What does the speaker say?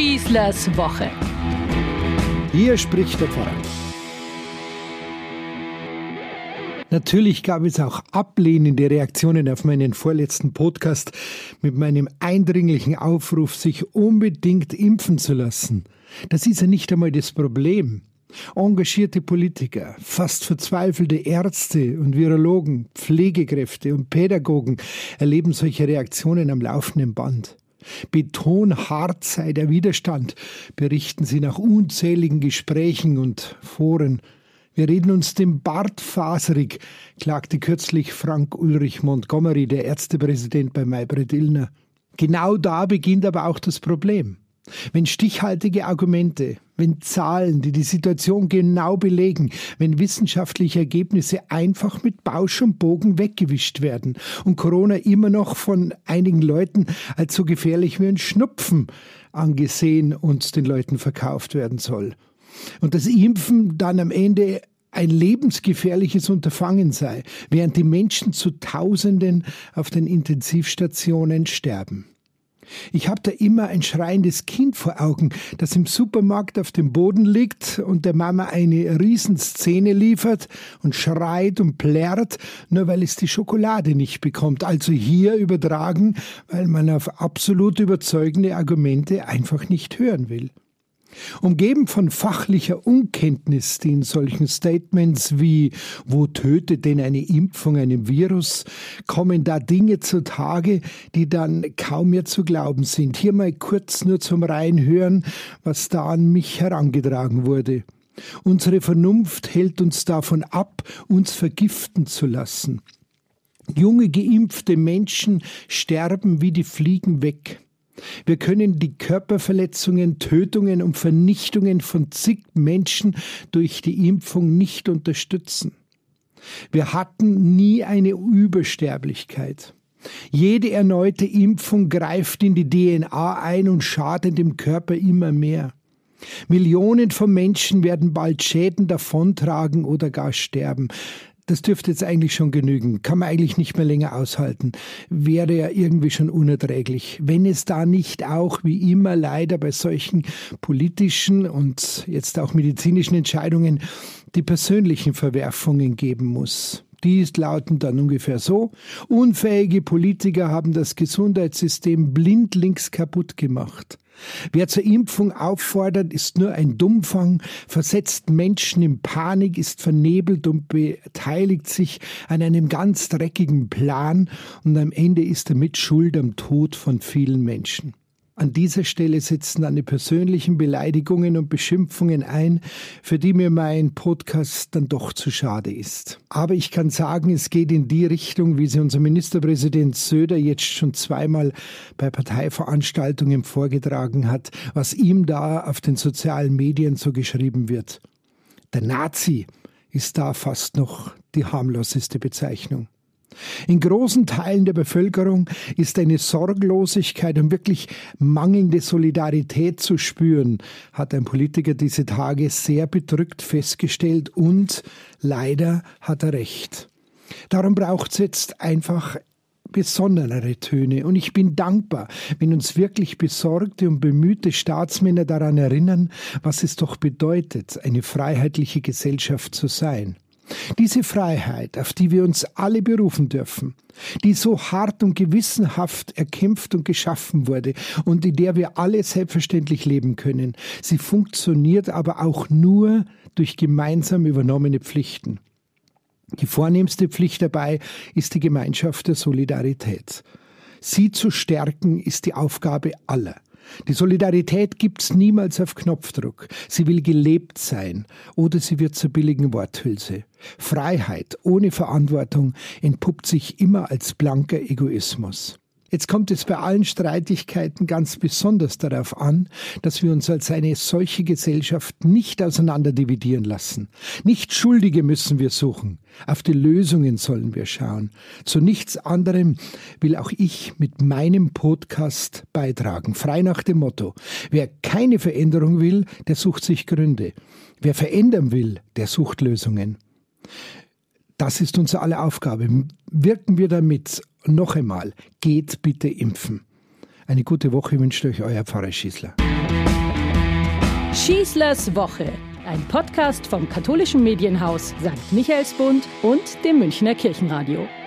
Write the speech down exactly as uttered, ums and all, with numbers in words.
Schießlers Woche. Hier spricht der Pfarrer. Natürlich gab es auch ablehnende Reaktionen auf meinen vorletzten Podcast mit meinem eindringlichen Aufruf, sich unbedingt impfen zu lassen. Das ist ja nicht einmal das Problem. Engagierte Politiker, fast verzweifelte Ärzte und Virologen, Pflegekräfte und Pädagogen erleben solche Reaktionen am laufenden Band. Betonhart sei der Widerstand, berichten sie nach unzähligen Gesprächen und Foren. Wir reden uns den Bart faserig, klagte kürzlich Frank Ulrich Montgomery, der Ärztepräsident bei Maybrit Illner. Genau da beginnt aber auch das Problem. Wenn stichhaltige Argumente, wenn Zahlen, die die Situation genau belegen, wenn wissenschaftliche Ergebnisse einfach mit Bausch und Bogen weggewischt werden und Corona immer noch von einigen Leuten als so gefährlich wie ein Schnupfen angesehen und den Leuten verkauft werden soll. Und das Impfen dann am Ende ein lebensgefährliches Unterfangen sei, während die Menschen zu Tausenden auf den Intensivstationen sterben. Ich habe da immer ein schreiendes Kind vor Augen, das im Supermarkt auf dem Boden liegt und der Mama eine Riesenszene liefert und schreit und plärrt, nur weil es die Schokolade nicht bekommt. Also hier übertragen, weil man auf absolut überzeugende Argumente einfach nicht hören will. Umgeben von fachlicher Unkenntnis, die in solchen Statements wie »Wo tötet denn eine Impfung einen Virus?« kommen da Dinge zutage, die dann kaum mehr zu glauben sind. Hier mal kurz nur zum Reinhören, was da an mich herangetragen wurde. Unsere Vernunft hält uns davon ab, uns vergiften zu lassen. Junge geimpfte Menschen sterben wie die Fliegen weg. Wir können die Körperverletzungen, Tötungen und Vernichtungen von zig Menschen durch die Impfung nicht unterstützen. Wir hatten nie eine Übersterblichkeit. Jede erneute Impfung greift in die D N A ein und schadet dem Körper immer mehr. Millionen von Menschen werden bald Schäden davontragen oder gar sterben. Das dürfte jetzt eigentlich schon genügen. Kann man eigentlich nicht mehr länger aushalten. Wäre ja irgendwie schon unerträglich. Wenn es da nicht auch, wie immer leider bei solchen politischen und jetzt auch medizinischen Entscheidungen, die persönlichen Verwerfungen geben muss. Die lauten dann ungefähr so: Unfähige Politiker haben das Gesundheitssystem blindlings kaputt gemacht. Wer zur Impfung auffordert, ist nur ein Dummfang, versetzt Menschen in Panik, ist vernebelt und beteiligt sich an einem ganz dreckigen Plan und am Ende ist er mit Schuld am Tod von vielen Menschen. An dieser Stelle setzen dann die persönlichen Beleidigungen und Beschimpfungen ein, für die mir mein Podcast dann doch zu schade ist. Aber ich kann sagen, es geht in die Richtung, wie sie unser Ministerpräsident Söder jetzt schon zweimal bei Parteiveranstaltungen vorgetragen hat, was ihm da auf den sozialen Medien so geschrieben wird. Der Nazi ist da fast noch die harmloseste Bezeichnung. In großen Teilen der Bevölkerung ist eine Sorglosigkeit und wirklich mangelnde Solidarität zu spüren, hat ein Politiker diese Tage sehr bedrückt festgestellt und leider hat er recht. Darum braucht es jetzt einfach besonderere Töne und ich bin dankbar, wenn uns wirklich besorgte und bemühte Staatsmänner daran erinnern, was es doch bedeutet, eine freiheitliche Gesellschaft zu sein. Diese Freiheit, auf die wir uns alle berufen dürfen, die so hart und gewissenhaft erkämpft und geschaffen wurde und in der wir alle selbstverständlich leben können, sie funktioniert aber auch nur durch gemeinsam übernommene Pflichten. Die vornehmste Pflicht dabei ist die Gemeinschaft der Solidarität. Sie zu stärken ist die Aufgabe aller. Die Solidarität gibt's niemals auf Knopfdruck. Sie will gelebt sein oder sie wird zur billigen Worthülse. Freiheit ohne Verantwortung entpuppt sich immer als blanker Egoismus. Jetzt kommt es bei allen Streitigkeiten ganz besonders darauf an, dass wir uns als eine solche Gesellschaft nicht auseinanderdividieren lassen. Nicht Schuldige müssen wir suchen, auf die Lösungen sollen wir schauen. Zu nichts anderem will auch ich mit meinem Podcast beitragen, frei nach dem Motto: Wer keine Veränderung will, der sucht sich Gründe. Wer verändern will, der sucht Lösungen. Das ist unsere aller Aufgabe. Wirken wir damit. Noch einmal, geht bitte impfen. Eine gute Woche wünscht euch euer Pfarrer Schießler. Schießlers Woche, ein Podcast vom katholischen Medienhaus Sankt Michaelsbund und dem Münchner Kirchenradio.